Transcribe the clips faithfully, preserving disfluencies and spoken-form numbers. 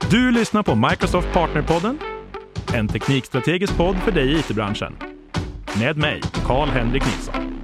Du lyssnar på Microsoft Partnerpodden, en teknikstrategisk podd för dig i I T-branschen. Med mig, Carl-Henrik Nilsson.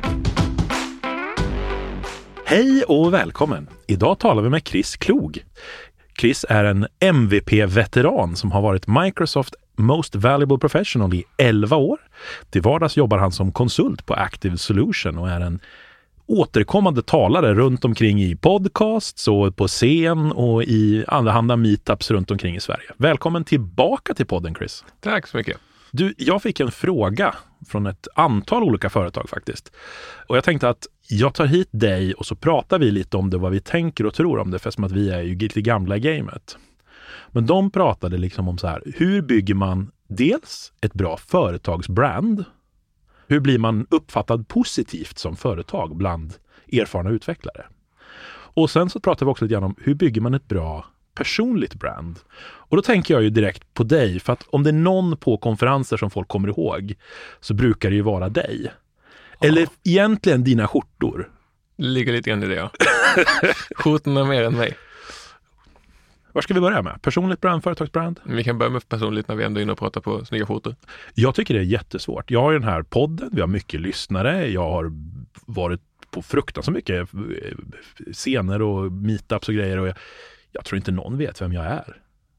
Hej och välkommen! Idag talar vi med Chris Klog. Chris är en M V P-veteran som har varit Microsoft Most Valuable Professional i elva år. Till vardags jobbar han som konsult på Active Solution och är en återkommande talare runt omkring i podcasts och på scen och i allehanda meetups runt omkring i Sverige. Välkommen tillbaka till podden, Chris. Tack så mycket. Du, jag fick en fråga från ett antal olika företag faktiskt. Och jag tänkte att jag tar hit dig och så pratar vi lite om det, vad vi tänker och tror om det, för som att vi är ju lite gamla i gamet. Men de pratade liksom om så här, hur bygger man dels ett bra företagsbrand? Hur blir man uppfattad positivt som företag bland erfarna utvecklare? Och sen så pratar vi också lite grann om hur bygger man ett bra personligt brand? Och då tänker jag ju direkt på dig, för att om det är någon på konferenser som folk kommer ihåg så brukar det ju vara dig. Ja. Eller egentligen dina skjortor. Det ligger lite grann i det, ja. Skjortorna mer än mig. Var ska vi börja med? Personligt brand, företagsbrand? Vi kan börja med personligt när vi ändå är inne och pratar på snygga skjortor. Jag tycker det är jättesvårt. Jag har ju den här podden, vi har mycket lyssnare. Jag har varit på fruktansvärt mycket scener och meetups och grejer och jag, jag tror inte någon vet vem jag är.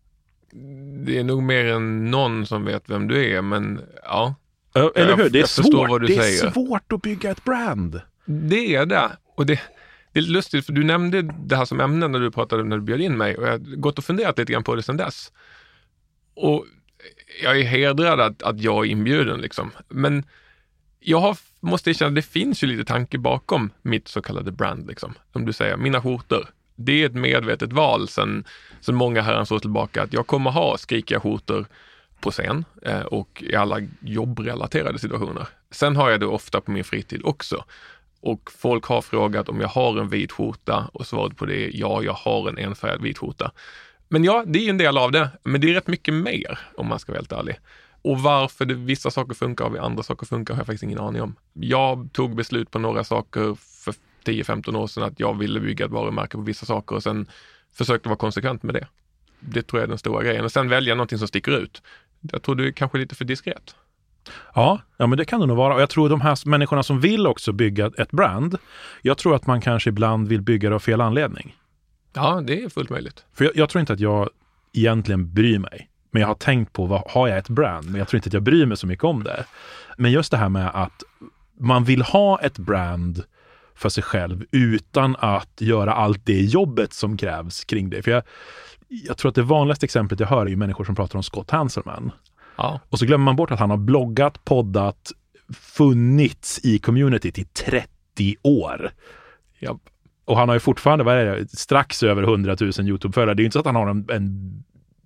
Det är nog mer än någon som vet vem du är, men ja. Eller hur? Det är svårt. Vad du det är säger. svårt att bygga ett brand. Det är det. Och det, det är lustigt, för du nämnde det här som ämne när du pratade, när du bjöd in mig. Och jag har gått och funderat lite grann på det sedan dess. Och jag är hedrad att, att jag är inbjuden liksom. Men jag har, måste erkänna, det finns ju lite tanke bakom mitt så kallade brand liksom. Som du säger, mina skjortor. Det är ett medvetet val sen, sen många herrans år tillbaka att jag kommer ha skrikiga skjortor på scen eh, och i alla jobbrelaterade situationer. Sen har jag det ofta på min fritid också. Och folk har frågat om jag har en vit skjorta och svaret på det är ja, jag har en enfärgad vit skjorta. Men ja, det är ju en del av det. Men det är rätt mycket mer om man ska vara helt ärlig. Och varför det, vissa saker funkar och andra saker funkar har jag faktiskt ingen aning om. Jag tog beslut på några saker för tio femton år sedan att jag ville bygga ett varumärke på vissa saker och sen försökte vara konsekvent med det. Det tror jag är den stora grejen. Och sen välja någonting som sticker ut. Jag tror du är kanske lite för diskret. Ja, ja, men det kan det nog vara. Och jag tror de här människorna som vill också bygga ett brand, jag tror att man kanske ibland vill bygga det av fel anledning. Ja, det är fullt möjligt. För jag, jag tror inte att jag egentligen bryr mig. Men jag har tänkt på, vad, har jag ett brand? Men jag tror inte att jag bryr mig så mycket om det. Men just det här med att man vill ha ett brand för sig själv utan att göra allt det jobbet som krävs kring det. För jag, jag tror att det vanligaste exemplet jag hör är ju människor som pratar om Scott Hanselman. Ja. Och så glömmer man bort att han har bloggat, poddat, funnits i communityt i trettio år. Ja. Och han har ju fortfarande, vad är det, strax över hundratusen YouTube-följare. Det är ju inte så att han har en, en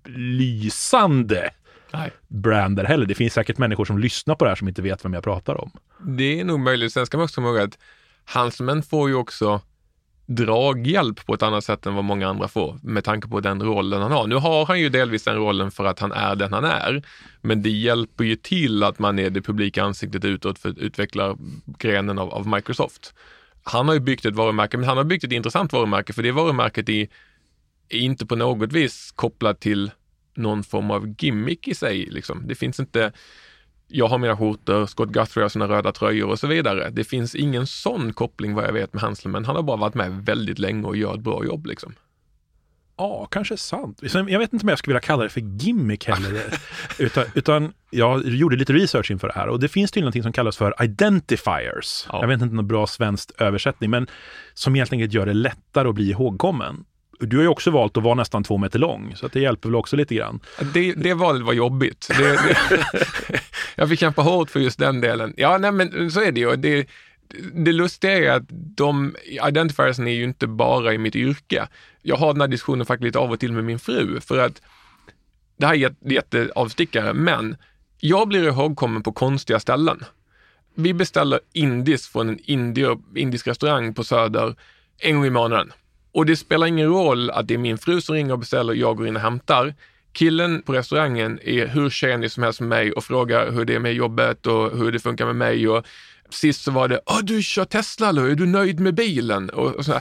lysande Nej. brand där heller. Det finns säkert människor som lyssnar på det här som inte vet vem jag pratar om. Det är nog möjligt. Sen ska man också komma ihåg att Hanselman får ju också draghjälp på ett annat sätt än vad många andra får med tanke på den rollen han har. Nu har han ju delvis den rollen för att han är den han är, men det hjälper ju till att man är det publika ansiktet utåt för att utveckla grenen av, av Microsoft. Han har ju byggt ett varumärke, men han har byggt ett intressant varumärke, för det varumärket är, är inte på något vis kopplat till någon form av gimmick i sig. Liksom. Det finns inte, jag har mina skjortor, Scott Guthrie har sina röda tröjor och så vidare. Det finns ingen sån koppling vad jag vet med Hanselman. Han har bara varit med väldigt länge och gör ett bra jobb liksom. Ja, kanske sant. Jag vet inte om jag skulle vilja kalla det för gimmick heller. utan, utan jag gjorde lite research inför det här. Och det finns tydligen något som kallas för identifiers. Ja. Jag vet inte någon bra svensk översättning, men som helt enkelt gör det lättare att bli ihågkommen. Du har ju också valt att vara nästan två meter lång, så att det hjälper väl också lite grann. Det, det valet var jobbigt. Det, det, jag fick kämpa hårt för just den delen. Ja, nej, men så är det ju. Det, det lustiga är att de identifiersen är ju inte bara i mitt yrke. Jag har den här diskussionen faktiskt lite av och till med min fru, för att det här är jätteavstickare, men jag blir ihågkommen på konstiga ställen. Vi beställer indiskt från en indier, indisk restaurang på Söder en gång i månaden. Och det spelar ingen roll att det är min fru som ringer och beställer och jag går in och hämtar. Killen på restaurangen är hur tjänig som helst med mig och frågar hur det är med jobbet och hur det funkar med mig. Och sist så var det, åh du kör Tesla, eller är du nöjd med bilen? Och, och, så här.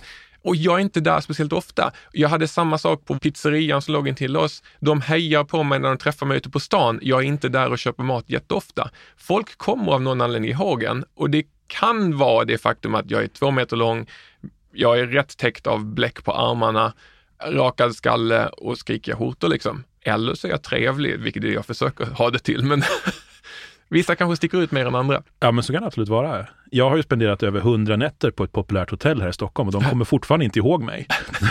Och jag är inte där speciellt ofta. Jag hade samma sak på pizzerian som låg in till oss. De hejar på mig när de träffar mig ute på stan. Jag är inte där och köper mat jätteofta. Folk kommer av någon anledning ihåg en. Och det kan vara det faktum att jag är två meter lång. Jag är rätt täckt av bläck på armarna, rakad skalle och skrikiga skjortor liksom. Eller så är jag trevlig, vilket är jag försöker ha det till. Men vissa kanske sticker ut mer än andra. Ja, men så kan det absolut vara. Jag har ju spenderat över hundra nätter på ett populärt hotell här i Stockholm och de kommer fortfarande inte ihåg mig.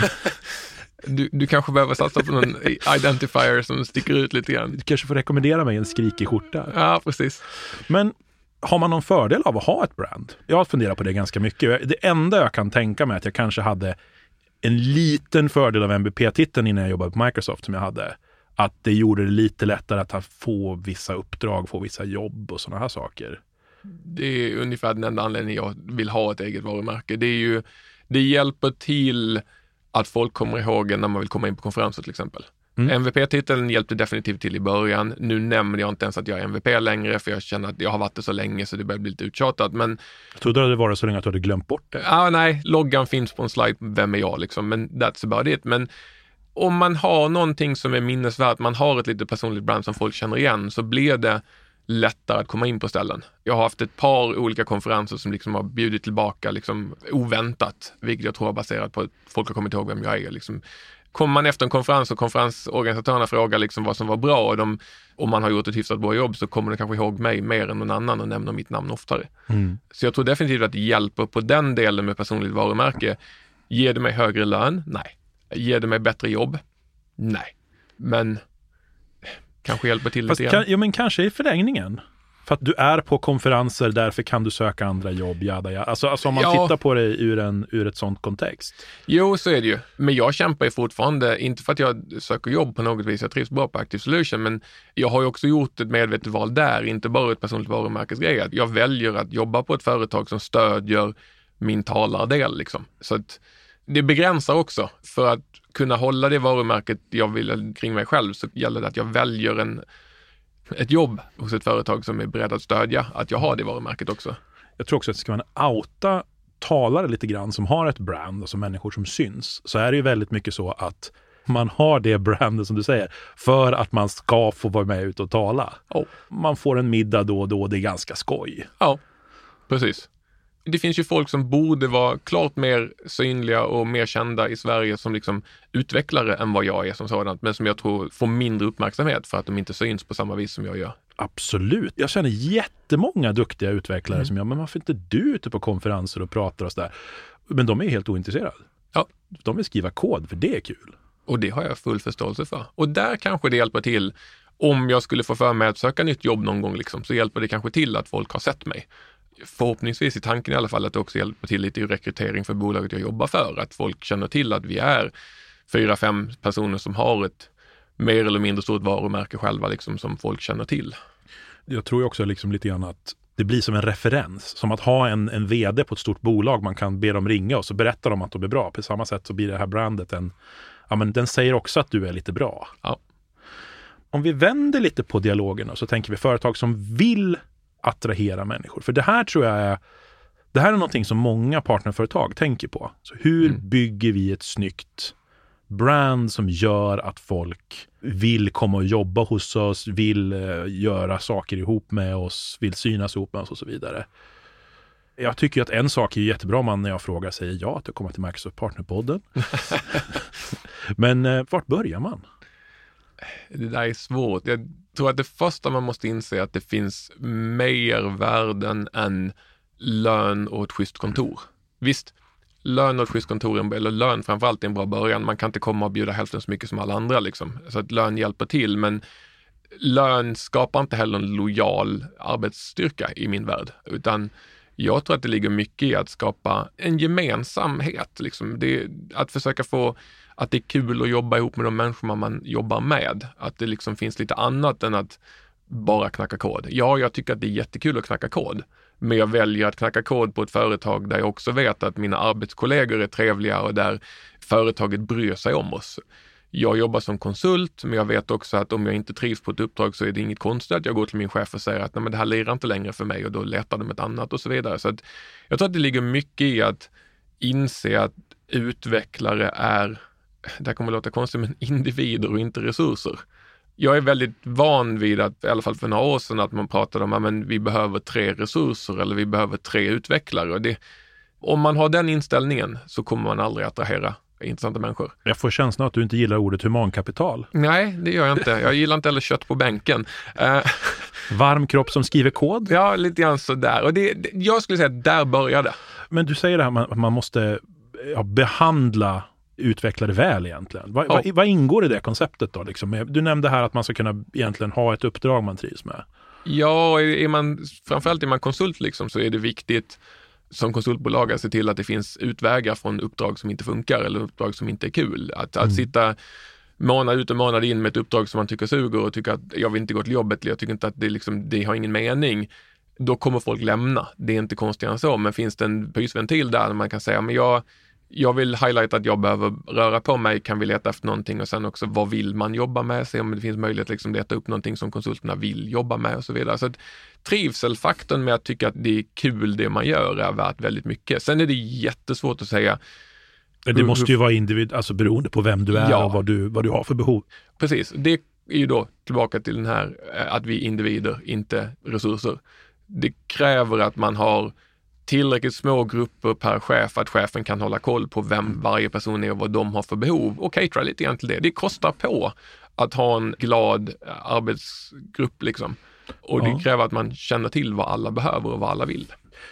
Du, du kanske behöver satsa på någon identifier som sticker ut lite grann. Du kanske får rekommendera mig en skrikig skjorta. Ja, precis. Men har man någon fördel av att ha ett brand? Jag har funderat på det ganska mycket. Det enda jag kan tänka mig är att jag kanske hade en liten fördel av M V P-titeln innan jag jobbade på Microsoft som jag hade. Att det gjorde det lite lättare att få vissa uppdrag, få vissa jobb och sådana här saker. Det är ungefär den enda anledningen jag vill ha ett eget varumärke. Det är ju, det hjälper till att folk kommer ihåg när man vill komma in på konferenser till exempel. Mm. M V P-titeln hjälpte definitivt till i början. Nu nämner jag inte ens att jag är M V P längre för jag känner att jag har varit det så länge så det börjar bli lite uttjatat. Men jag trodde det var så länge att du hade glömt bort det. Ja, nej, loggan finns på en slide. Vem är jag liksom? Men that's about it. Men om man har någonting som är minnesvärt, man har ett lite personligt brand som folk känner igen, så blir det lättare att komma in på ställen. Jag har haft ett par olika konferenser som liksom har bjudit tillbaka liksom oväntat, vilket jag tror är baserat på att folk har kommit ihåg vem jag är. Liksom. Kommer man efter en konferens och konferensorganisatörerna frågar liksom vad som var bra och de, om man har gjort ett hyfsat bra jobb så kommer de kanske ihåg mig mer än någon annan och nämner mitt namn oftare. Mm. Så jag tror definitivt att det hjälper på den delen med personligt varumärke. Ger det mig högre lön? Nej. Ger det mig bättre jobb? Nej. Men kanske hjälper till Fast lite kan, grann. ja, men kanske i förlängningen. För att du är på konferenser, därför kan du söka andra jobb. Jada, jada. Alltså, alltså om man ja. tittar på det ur, en, ur ett sånt kontext. Jo, så är det ju. Men jag kämpar ju fortfarande, inte för att jag söker jobb på något vis. Jag trivs bra på Active Solution, men jag har ju också gjort ett medvetet val där. Inte bara ett personligt varumärkesgrej. Jag väljer att jobba på ett företag som stödjer min talardel. Liksom. Så att det begränsar också. För att kunna hålla det varumärket jag vill kring mig själv så gäller det att jag väljer en, ett jobb hos ett företag som är beredd att stödja att jag har det varumärket också. Jag tror också att ska man outa talare lite grann som har ett brand, alltså människor som syns, så är det ju väldigt mycket så att man har det brandet som du säger för att man ska få vara med ut och tala. Oh. Man får en middag då och då, det är ganska skoj. Ja, precis. Det finns ju folk som borde vara klart mer synliga och mer kända i Sverige som liksom utvecklare än vad jag är som sådant, men som jag tror får mindre uppmärksamhet för att de inte syns på samma vis som jag gör. Absolut. Jag känner jättemånga duktiga utvecklare mm. som jag, men varför inte du ute på konferenser och pratar och sådär? Men de är helt ointresserade. Ja. De vill skriva kod, för det är kul. Och det har jag full förståelse för. Och där kanske det hjälper till, om jag skulle få för mig att söka nytt jobb någon gång liksom, så hjälper det kanske till att folk har sett mig. Förhoppningsvis i tanken i alla fall att det också hjälper till lite i rekrytering för bolaget jag jobbar för. Att folk känner till att vi är fyra, fem personer som har ett mer eller mindre stort varumärke själva liksom, som folk känner till. Jag tror också liksom lite grann att det blir som en referens. Som att ha en, en vd på ett stort bolag. Man kan be dem ringa och så berättar de att de är bra. På samma sätt så blir det här brandet en... Ja, men den säger också att du är lite bra. Ja. Om vi vänder lite på dialogen så tänker vi företag som vill attrahera människor. För det här tror jag är, det här är någonting som många partnerföretag tänker på. Så hur mm. bygger vi ett snyggt brand som gör att folk vill komma och jobba hos oss, vill uh, göra saker ihop med oss, vill synas ihop med oss och så vidare. Jag tycker att en sak är jättebra man när jag frågar säger ja till att komma till Microsoft Partnerpodden. Men uh, vart börjar man? Det där är svårt. Jag tror att det första man måste inse är att det finns mer värden än lön och ett schysst kontor. Visst, lön och ett schysst kontor, eller lön framförallt är en bra början. Man kan inte komma och bjuda hälften så mycket som alla andra. Liksom. Så att lön hjälper till, men lön skapar inte heller en lojal arbetsstyrka i min värld. Utan jag tror att det ligger mycket i att skapa en gemensamhet. Liksom. Det, att försöka få att det är kul att jobba ihop med de människor man jobbar med. Att det liksom finns lite annat än att bara knacka kod. Ja, jag tycker att det är jättekul att knacka kod. Men jag väljer att knacka kod på ett företag där jag också vet att mina arbetskollegor är trevliga och där företaget bryr sig om oss. Jag jobbar som konsult, men jag vet också att om jag inte trivs på ett uppdrag så är det inget konstigt att jag går till min chef och säger att nej, men det här lirar inte längre för mig och då letar de ett annat och så vidare. Så att jag tror att det ligger mycket i att inse att utvecklare är, det kommer låta konstigt, men individer och inte resurser. Jag är väldigt van vid att, i alla fall för några år sedan, att man pratade om att vi behöver tre resurser eller vi behöver tre utvecklare. Och det, om man har den inställningen så kommer man aldrig attrahera intressanta människor. Jag får känslan att du inte gillar ordet humankapital. Nej, det gör jag inte. Jag gillar inte heller kött på bänken. Uh, Varm kropp som skriver kod? Ja, lite grann sådär. Och det, det, jag skulle säga att där började. Men du säger det här att man måste ja, behandla utvecklare väl egentligen. Va, ja. vad, vad ingår i det konceptet då? Liksom? Du nämnde här att man ska kunna egentligen ha ett uppdrag man trivs med. Ja, är man, framförallt är man konsult liksom, så är det viktigt som konsultbolag att se till att det finns utvägar från uppdrag som inte funkar eller uppdrag som inte är kul. Att, mm. att sitta månad ut och månad in med ett uppdrag som man tycker suger och tycker att jag vill inte gå till jobbet, eller jag tycker inte att det, liksom, det har ingen mening. Då kommer folk lämna. Det är inte konstigare än så, men finns det en pysventil där man kan säga, men jag Jag vill highlighta att jag behöver röra på mig, kan vi leta efter någonting och sen också vad vill man jobba med, se om det finns möjlighet att liksom leta upp någonting som konsulterna vill jobba med och så vidare. Så att trivselfaktorn med att tycka att det är kul det man gör är värt väldigt mycket. Sen är det jättesvårt att säga. Det hur, måste ju vara individ, alltså beroende på vem du är ja. och vad du, vad du har för behov. Precis, det är ju då tillbaka till den här att vi är individer, inte resurser. Det kräver att man har tillräckligt små grupper per chef att chefen kan hålla koll på vem varje person är och vad de har för behov och catera lite grann till det. Det kostar på att ha en glad arbetsgrupp liksom. Och det ja. kräver att man känner till vad alla behöver och vad alla vill.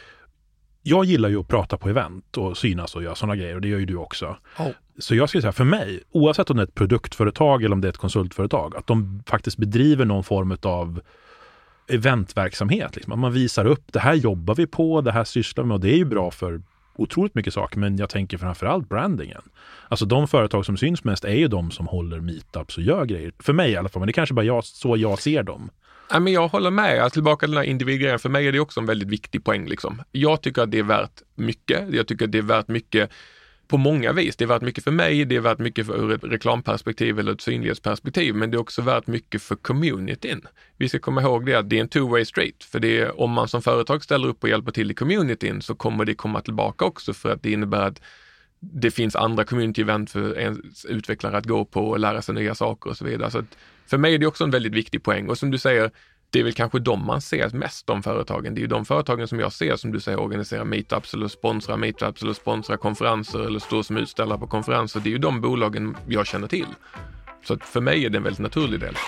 Jag gillar ju att prata på event och synas och göra sådana grejer och det gör ju du också. Oh. Så jag skulle säga för mig, oavsett om det är ett produktföretag eller om det är ett konsultföretag, att de faktiskt bedriver någon form av eventverksamhet. Liksom. Att man visar upp, det här jobbar vi på, det här sysslar vi med och det är ju bra för otroligt mycket saker, men jag tänker framförallt brandingen. Alltså de företag som syns mest är ju de som håller meetups och gör grejer. För mig i alla fall, men det är kanske bara jag, så jag ser dem. Ja, men jag håller med. Alltså, tillbaka till den här individgrejen. För mig är det också en väldigt viktig poäng. Liksom. Jag tycker att det är värt mycket. Jag tycker att det är värt mycket på många vis. Det är värt mycket för mig, det är värt mycket för ur ett reklamperspektiv eller ett synlighetsperspektiv, men det är också värt mycket för communityn. Vi ska komma ihåg det att det är en two-way street, för det är, om man som företag ställer upp och hjälper till i communityn så kommer det komma tillbaka också, för att det innebär att det finns andra community-event för ens utvecklare att gå på och lära sig nya saker och så vidare. Så att för mig är det också en väldigt viktig poäng, och som du säger, det är väl kanske de man ser mest, de företagen. Det är ju de företagen som jag ser, som du säger, organiserar meetups eller sponsrar meetups eller sponsrar konferenser eller står som utställare på konferenser. Det är ju de bolagen jag känner till. Så att för mig är det en väldigt naturlig del.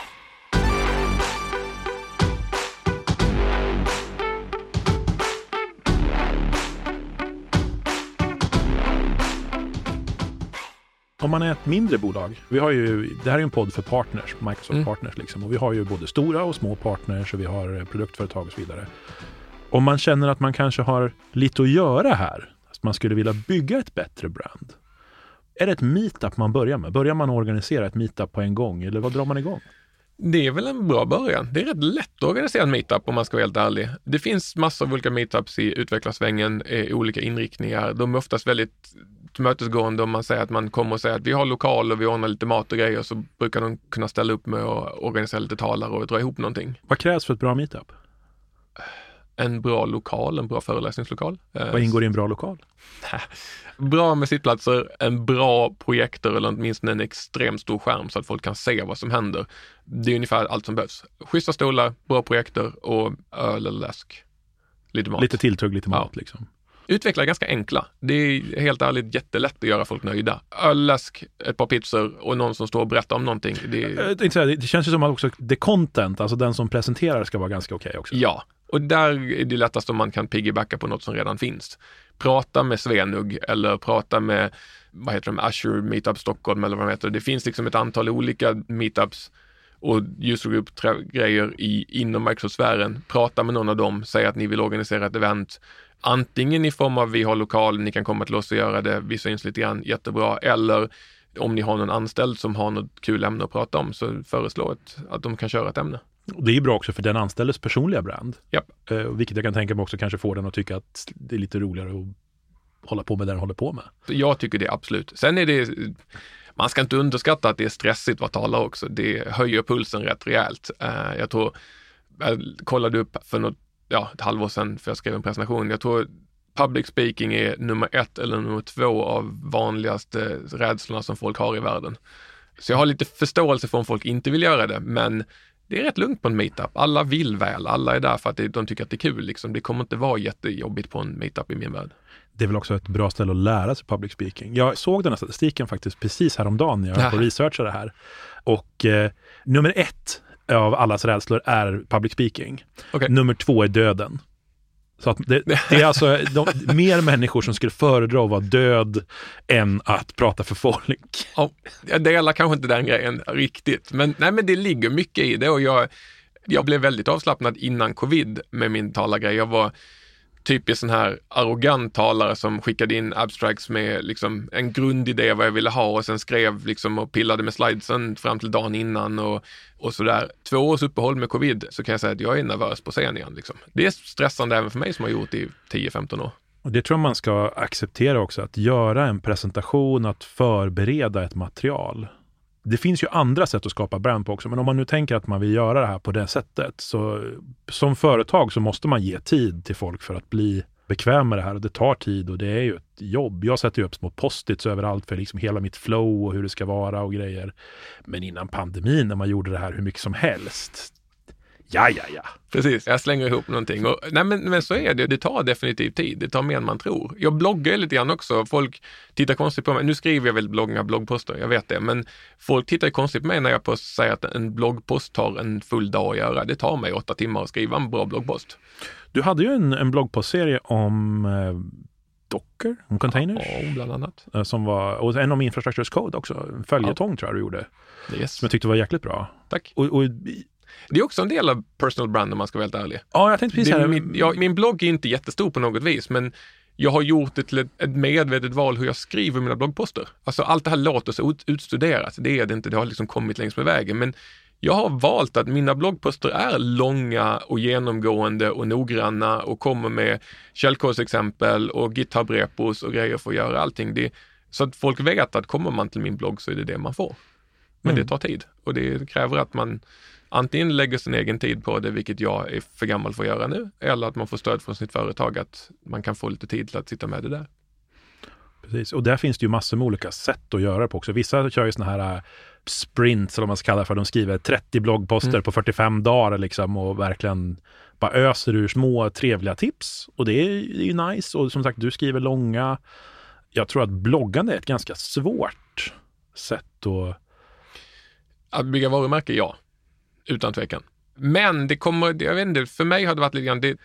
Om man är ett mindre bolag, vi har ju, det här är en podd för partners, Microsoft mm. partners liksom, och vi har ju både stora och små partners och vi har produktföretag och så vidare. Om man känner att man kanske har lite att göra här, att man skulle vilja bygga ett bättre brand, är det ett meetup man börjar med? Börjar man organisera ett meetup på en gång eller vad drar man igång? Det är väl en bra början. Det är rätt lätt att organisera en meetup om man ska vara helt ärlig. Det finns massor av olika meetups i utvecklarsvängen, i olika inriktningar. De är oftast väldigt mötesgående om man säger att man kommer och säger att vi har lokaler och vi ordnar lite mat och grejer, så brukar de kunna ställa upp med att organisera lite talare och dra ihop någonting. Vad krävs för ett bra meetup? En bra lokal, en bra föreläsningslokal. Vad ingår i en bra lokal? Bra med sittplatser, en bra projektor eller åtminstone en extremt stor skärm så att folk kan se vad som händer. Det är ungefär allt som behövs. Schyssta stolar, bra projektor och öl eller läsk. Lite mat. Lite tilltugg, lite mat ja. liksom. Utveckla är ganska enkla. Det är helt ärligt jättelätt att göra folk nöjda. Öl, läsk, ett par pizzor och någon som står och berättar om någonting. Det, är... det känns ju som att också det content, alltså den som presenterar, ska vara ganska okej okay också. Ja, och där är det lättast om man kan piggybacka på något som redan finns. Prata med Svenug eller prata med, vad heter de, Azure Meetup Stockholm eller vad de heter. Det finns liksom ett antal olika meetups och user group-grejer i, inom Microsoft-sfären. Prata med någon av dem, säg att ni vill organisera ett event. Antingen i form av vi har lokal, ni kan komma till oss och göra det, vi syns lite grann, jättebra. Eller om ni har någon anställd som har något kul ämne att prata om, så föreslå ett, att de kan köra ett ämne. Och det är bra också för den anställdes personliga brand. Yep. Eh, vilket jag kan tänka mig också kanske får den att tycka att det är lite roligare att hålla på med det den håller på med. Jag tycker det absolut. Sen är det, man ska inte underskatta att det är stressigt vad talar också. Det höjer pulsen rätt rejält. Eh, jag tror, jag kollade upp för något, ja, ett halvår sedan, för jag skrev en presentation. Jag tror public speaking är nummer ett eller nummer två av vanligaste rädslorna som folk har i världen. Så jag har lite förståelse för om folk inte vill göra det, men det är rätt lugnt på en meetup. Alla vill väl, alla är där för att de tycker att det är kul. Liksom. Det kommer inte vara jättejobbigt på en meetup i min värld. Det är väl också ett bra ställe att lära sig public speaking. Jag såg den här statistiken faktiskt precis häromdagen när jag var på researcha det här. Och eh, nummer ett av allas rädslor är public speaking. Okay. Nummer två är döden. Så att det, det är alltså de, mer människor som skulle föredra att vara död än att prata för folk. Ja, jag delar kanske inte den grejen riktigt. Men, nej, men det ligger mycket i det och jag, jag blev väldigt avslappnad innan covid med min talargrej. Jag var typiskt sån här arrogant talare som skickade in abstracts med liksom en grundidé vad jag ville ha och sen skrev liksom och pillade med slidesen fram till dagen innan och, och sådär. Två års uppehåll med covid så kan jag säga att jag är nervös på scen igen. Liksom. Det är stressande även för mig som har gjort det i tio femton år. Och det tror jag man ska acceptera också, att göra en presentation, att förbereda ett material. Det finns ju andra sätt att skapa brand på också, men om man nu tänker att man vill göra det här på det sättet, så som företag så måste man ge tid till folk för att bli bekväm med det här, och det tar tid och det är ju ett jobb. Jag sätter ju upp små post-its överallt för liksom hela mitt flow och hur det ska vara och grejer. Men innan pandemin när man gjorde det här hur mycket som helst, ja, ja, ja. Precis, jag slänger ihop någonting. Och, nej, men, men så är det. Det tar definitivt tid. Det tar mer än man tror. Jag bloggar lite grann också. Folk tittar konstigt på mig. Nu skriver jag väl bloggar, bloggposter, jag vet det. Men folk tittar konstigt på mig när jag på säger att en bloggpost tar en full dag att göra. Det tar mig åtta timmar att skriva en bra bloggpost. Du hade ju en, en bloggpostserie om eh, Docker, om containers. Ja, bland annat. Eh, som var, och en om Infrastructure as Code också. En följetong ja. tror jag du gjorde. Yes. Som jag tyckte var jäkligt bra. Tack. Och, och det är också en del av personal brand om man ska vara helt ärlig. Ja, jag tänkte precis här. Min, jag, min blogg är inte jättestor på något vis, men jag har gjort det till ett, ett medvetet val hur jag skriver mina bloggposter. Alltså allt det här låter så ut, utstuderat. Det är det inte, det har liksom kommit längs med vägen. Men jag har valt att mina bloggposter är långa och genomgående och noggranna och kommer med källkodsexempel och GitHub-repos och grejer för att göra allting. Det, så att folk vet att kommer man till min blogg så är det det man får. Men mm. det tar tid och det kräver att man antingen lägger sin egen tid på det, vilket jag är för gammal för att göra nu, eller att man får stöd från sitt företag att man kan få lite tid till att sitta med det där. Precis, och där finns det ju massor med olika sätt att göra det på också. Vissa kör ju såna här sprints, eller vad man ska kalla det för. De skriver trettio bloggposter mm. på fyrtiofem dagar liksom, och verkligen bara öser ur små trevliga tips. Och det är ju nice. Och som sagt, du skriver långa. Jag tror att bloggande är ett ganska svårt sätt att... Att bygga varumärke, ja. Utan tvekan. Men det kommer, jag vet inte, för mig har det varit lite grann, det,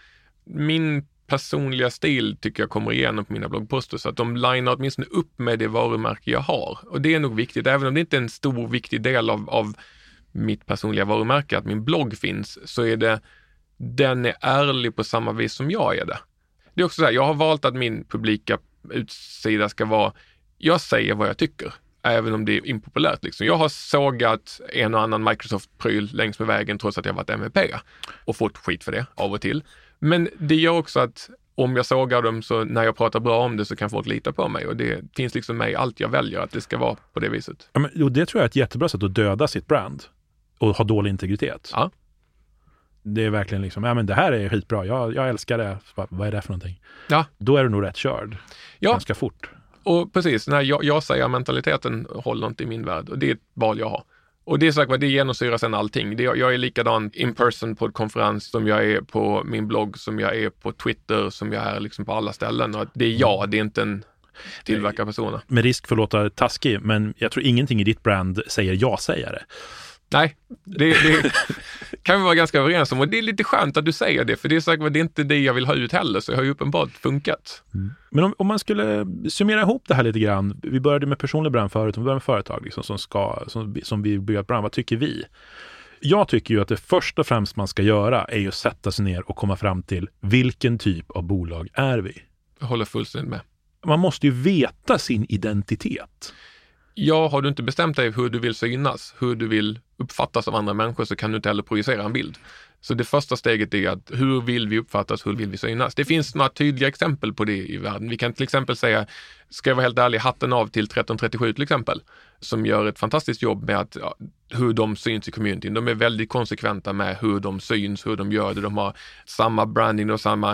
min personliga stil tycker jag kommer igenom på mina bloggposter så att de linar åtminstone upp med det varumärke jag har. Och det är nog viktigt, även om det inte är en stor viktig del av, av mitt personliga varumärke att min blogg finns, så är det, den är ärlig på samma vis som jag är det. Det är också så här, jag har valt att min publika utsida ska vara, jag säger vad jag tycker. Även om det är impopulärt. Liksom. Jag har sågat en och annan Microsoft-pryl längs med vägen trots att jag varit M V P och fått skit för det av och till. Men det gör också att om jag sågar dem så när jag pratar bra om det så kan folk lita på mig. Och det finns liksom med i allt jag väljer att det ska vara på det viset. Ja, men, jo, det tror jag är ett jättebra sätt att döda sitt brand och ha dålig integritet. Ja. Det är verkligen liksom, ja men det här är skitbra, jag, jag älskar det. Vad är det för någonting? Ja. Då är du nog rätt körd. Ja. Ganska fort. Och precis, när jag, jag säger mentaliteten håller inte i min värld och det är ett val jag har. Och det är sagt, det genomsyrar sen allting. Det, jag är likadan in person på ett konferens som jag är på min blogg, som jag är på Twitter, som jag är liksom på alla ställen. Och det är jag, det är inte en tillverkarperson. Med risk för att låta taskig, men jag tror ingenting i ditt brand säger jag-sägare. Nej, det, det kan vi vara ganska överens om och det är lite skönt att du säger det för det är sagt, det är inte det jag vill ha ut heller så jag har ju uppenbart funkat. Mm. Men om, om man skulle summera ihop det här lite grann, vi började med personlig brand förut, vi började med företag liksom, som, ska, som, som vill bygga ett brand, vad tycker vi? Jag tycker ju att det första och främst man ska göra är ju att sätta sig ner och komma fram till vilken typ av bolag är vi? Jag håller fullständigt med. Man måste ju veta sin identitet. Ja, har du inte bestämt dig hur du vill synas, hur du vill uppfattas av andra människor så kan du inte heller projicera en bild. Så det första steget är att hur vill vi uppfattas, hur vill vi synas? Det finns några tydliga exempel på det i världen. Vi kan till exempel säga, ska jag vara helt ärlig, hatten av till tretton trettiosju till exempel, som gör ett fantastiskt jobb med att, ja, hur de syns i communityn. De är väldigt konsekventa med hur de syns, hur de gör det. De har samma branding och samma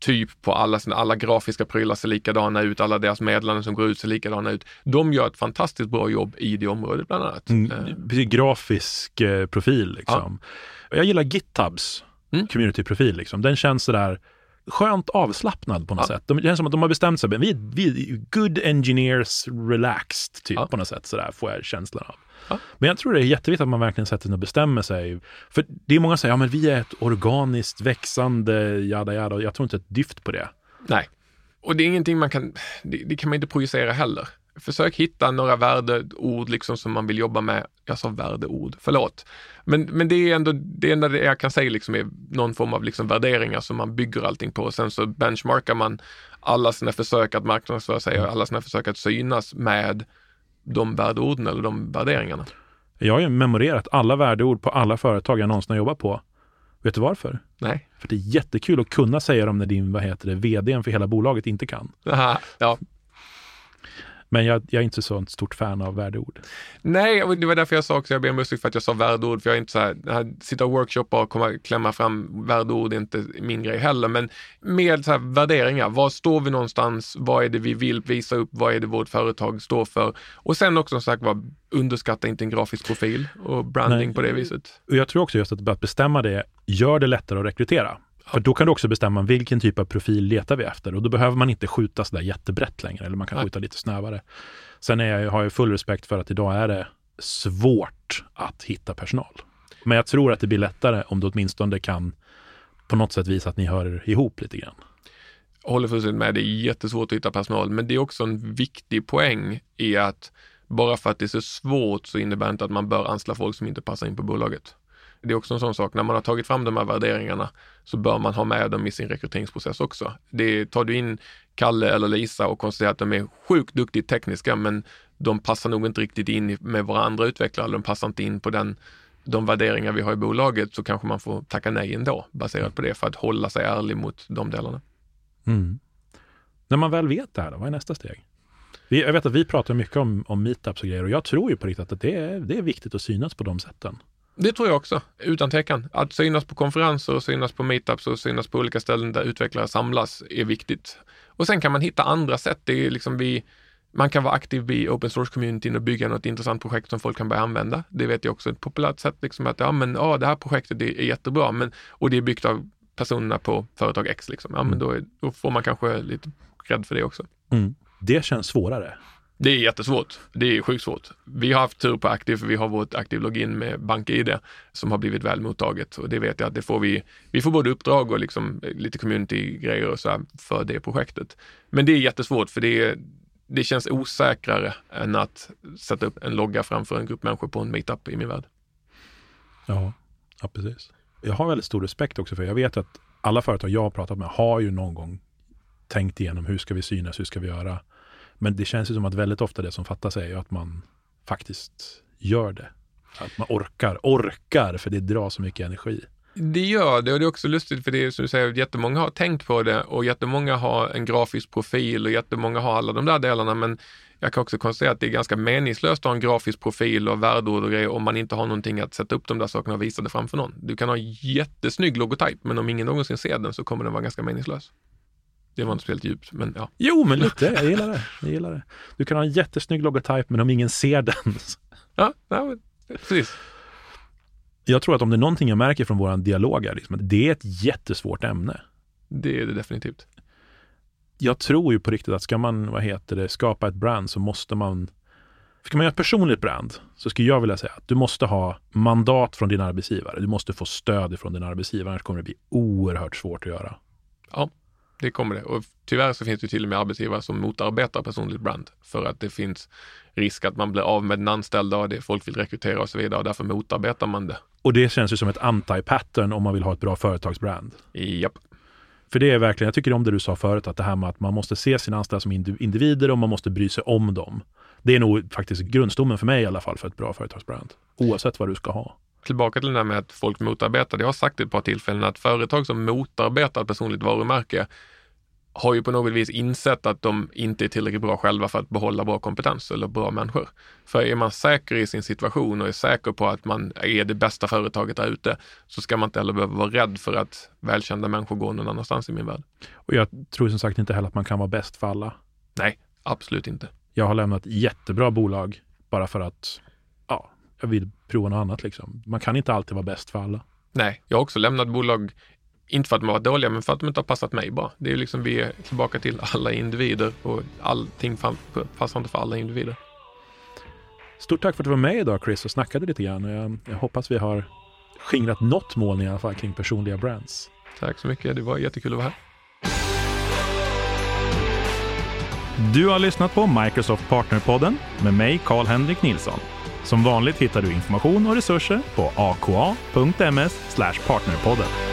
typ på alla, alla grafiska prylar ser likadana ut, alla deras meddelanden som går ut ser likadana ut. De gör ett fantastiskt bra jobb i det området bland annat. Mm, grafisk eh, profil liksom. Ja. Jag gillar GitHubs mm. community-profil liksom. Den känns sådär skönt avslappnad på något ja. sätt. De, det känns som att de har bestämt sig. Vi, vi good engineers relaxed typ ja. på något sätt. Sådär får jag känslan av. Ja. Men jag tror det är jätteviktigt att man verkligen sätter sig och bestämmer sig. För det är många som säger, ja men vi är ett organiskt växande jada jada. Jag tror inte ett dyft på det. Nej. Och det är ingenting man kan, det, det kan man inte projicera heller. Försök hitta några värdeord liksom som man vill jobba med. Jag sa värdeord, förlåt. Men, men det är ändå det enda jag kan säga liksom är någon form av liksom värderingar som man bygger allting på. Och sen så benchmarkar man alla sina försök att marknadsföra sig och alla sina försök att synas med de värdeorden eller de värderingarna. Jag har ju memorerat alla värdeord på alla företag jag någonsin har jobbat på. Vet du varför? Nej. För det är jättekul att kunna säga dem när din, vad heter det, vdn för hela bolaget inte kan. Aha, ja. Men jag, jag är inte så ett stort fan av värdeord. Nej, och det var därför jag sa också, jag ber om ursäkt för att jag sa värdeord, för jag är inte så här, här sitta och workshoppa och komma, klämma fram värdeord är inte min grej heller, men med så här värderingar, var står vi någonstans, vad är det vi vill visa upp, vad är det vårt företag står för, och sen också som sagt var, underskatta inte en grafisk profil och branding Nej. på det viset. Och jag tror också just att, att bestämma det gör det lättare att rekrytera. För då kan du också bestämma vilken typ av profil letar vi efter. Och då behöver man inte skjuta så där jättebrett längre. Eller man kan Nej. skjuta lite snävare. Sen är jag, har jag full respekt för att idag är det svårt att hitta personal. Men jag tror att det blir lättare om du åtminstone kan på något sätt visa att ni hör ihop lite grann. Jag håller fullständigt med. Det är jättesvårt att hitta personal. Men det är också en viktig poäng i att bara för att det är så svårt så innebär det inte att man bör anställa folk som inte passar in på bolaget. Det är också en sån sak, när man har tagit fram de här värderingarna så bör man ha med dem i sin rekryteringsprocess också. Det tar du in Kalle eller Lisa och konstaterar att de är sjukt duktigt tekniska men de passar nog inte riktigt in med våra andra utvecklare, de passar inte in på den, de värderingar vi har i bolaget, så kanske man får tacka nej ändå baserat på det för att hålla sig ärlig mot de delarna. Mm. När man väl vet det här då, vad är nästa steg? Vi, jag vet att vi pratar mycket om, om meetups och grejer och jag tror ju på riktigt att det är, det är viktigt att synas på de sätten. Det tror jag också, utan tvekan. Att synas på konferenser och synas på meetups och synas på olika ställen där utvecklare samlas är viktigt. Och sen kan man hitta andra sätt. Det är liksom vi, man kan vara aktiv i open source-communityn och bygga något intressant projekt som folk kan börja använda. Det vet jag också ett populärt sätt. Liksom att ja, men, ja, det här projektet är, är jättebra men, och det är byggt av personerna på företag X. Liksom. Ja, men då, är, då får man kanske lite cred för det också. Mm. Det känns svårare. Det är jättesvårt. Det är sjukt svårt. Vi har haft tur på Aktiv för vi har vårt Aktiv login med BankID som har blivit väl mottaget och det vet jag att det får vi. Vi får både uppdrag och liksom lite community-grejer och så här för det projektet. Men det är jättesvårt för det, är, det känns osäkrare än att sätta upp en logga framför en grupp människor på en meetup i min värld. Ja, ja precis. Jag har väldigt stor respekt också för jag vet att alla företag jag har pratat med har ju någon gång tänkt igenom hur ska vi synas, hur ska vi göra. Men det känns ju som att väldigt ofta det som fattas är ju att man faktiskt gör det. Att man orkar, orkar för det drar så mycket energi. Det gör det och det är också lustigt för det är som du säger, jättemånga har tänkt på det och jättemånga har en grafisk profil och jättemånga har alla de där delarna men jag kan också konstatera att det är ganska meningslöst att ha en grafisk profil och värdeord och grejer om man inte har någonting att sätta upp de där sakerna och visa det framför någon. Du kan ha jättesnygg logotyp men om ingen någonsin ser den så kommer den vara ganska meningslös. Det var inte speciellt djupt, men ja. Jo, men lite. Jag gillar det. Jag gillar det. Du kan ha en jättesnygg logotyp, men om ingen ser den. Ja, ja precis. Jag tror att om det är någonting jag märker från våran dialog är liksom att det är ett jättesvårt ämne. Det är det definitivt. Jag tror ju på riktigt att ska man, vad heter det, skapa ett brand så måste man, ska man göra ett personligt brand så skulle jag vilja säga att du måste ha mandat från din arbetsgivare. Du måste få stöd från din arbetsgivare, annars kommer det bli oerhört svårt att göra. Ja. Det kommer det. Och tyvärr så finns det till och med arbetsgivare som motarbetar personligt brand för att det finns risk att man blir av med den anställda och det folk vill rekrytera och så vidare och därför motarbetar man det. Och det känns ju som ett anti-pattern om man vill ha ett bra företagsbrand. Japp. För det är verkligen, jag tycker om det du sa förut, att det här med att man måste se sina anställda som individer och man måste bry sig om dem. Det är nog faktiskt grundstommen för mig i alla fall för ett bra företagsbrand. Oavsett vad du ska ha. Tillbaka till det där med att folk motarbetar. Jag har sagt ett par tillfällen att företag som motarbetar ett personligt varumärke har ju på något vis insett att de inte är tillräckligt bra själva för att behålla bra kompetens eller bra människor. För är man säker i sin situation och är säker på att man är det bästa företaget där ute, så ska man inte heller behöva vara rädd för att välkända människor går någon annanstans i min värld. Och jag tror som sagt inte heller att man kan vara bäst för alla. Nej, absolut inte. Jag har lämnat jättebra bolag bara för att ja, jag vill prova något annat. Liksom. Man kan inte alltid vara bäst för alla. Nej, jag har också lämnat bolag, inte för att de var dåliga, men för att de inte har passat mig bra. Det är liksom, vi är tillbaka till alla individer och allting passar inte för alla individer. Stort tack för att du var med idag, Chris, och snackade lite grann. Jag, jag hoppas vi har skingrat något mål i alla fall kring personliga brands. Tack så mycket, det var jättekul att vara här. Du har lyssnat på Microsoft Partnerpodden med mig, Carl-Henrik Nilsson. Som vanligt hittar du information och resurser på a k a punkt m s slash partnerpodden.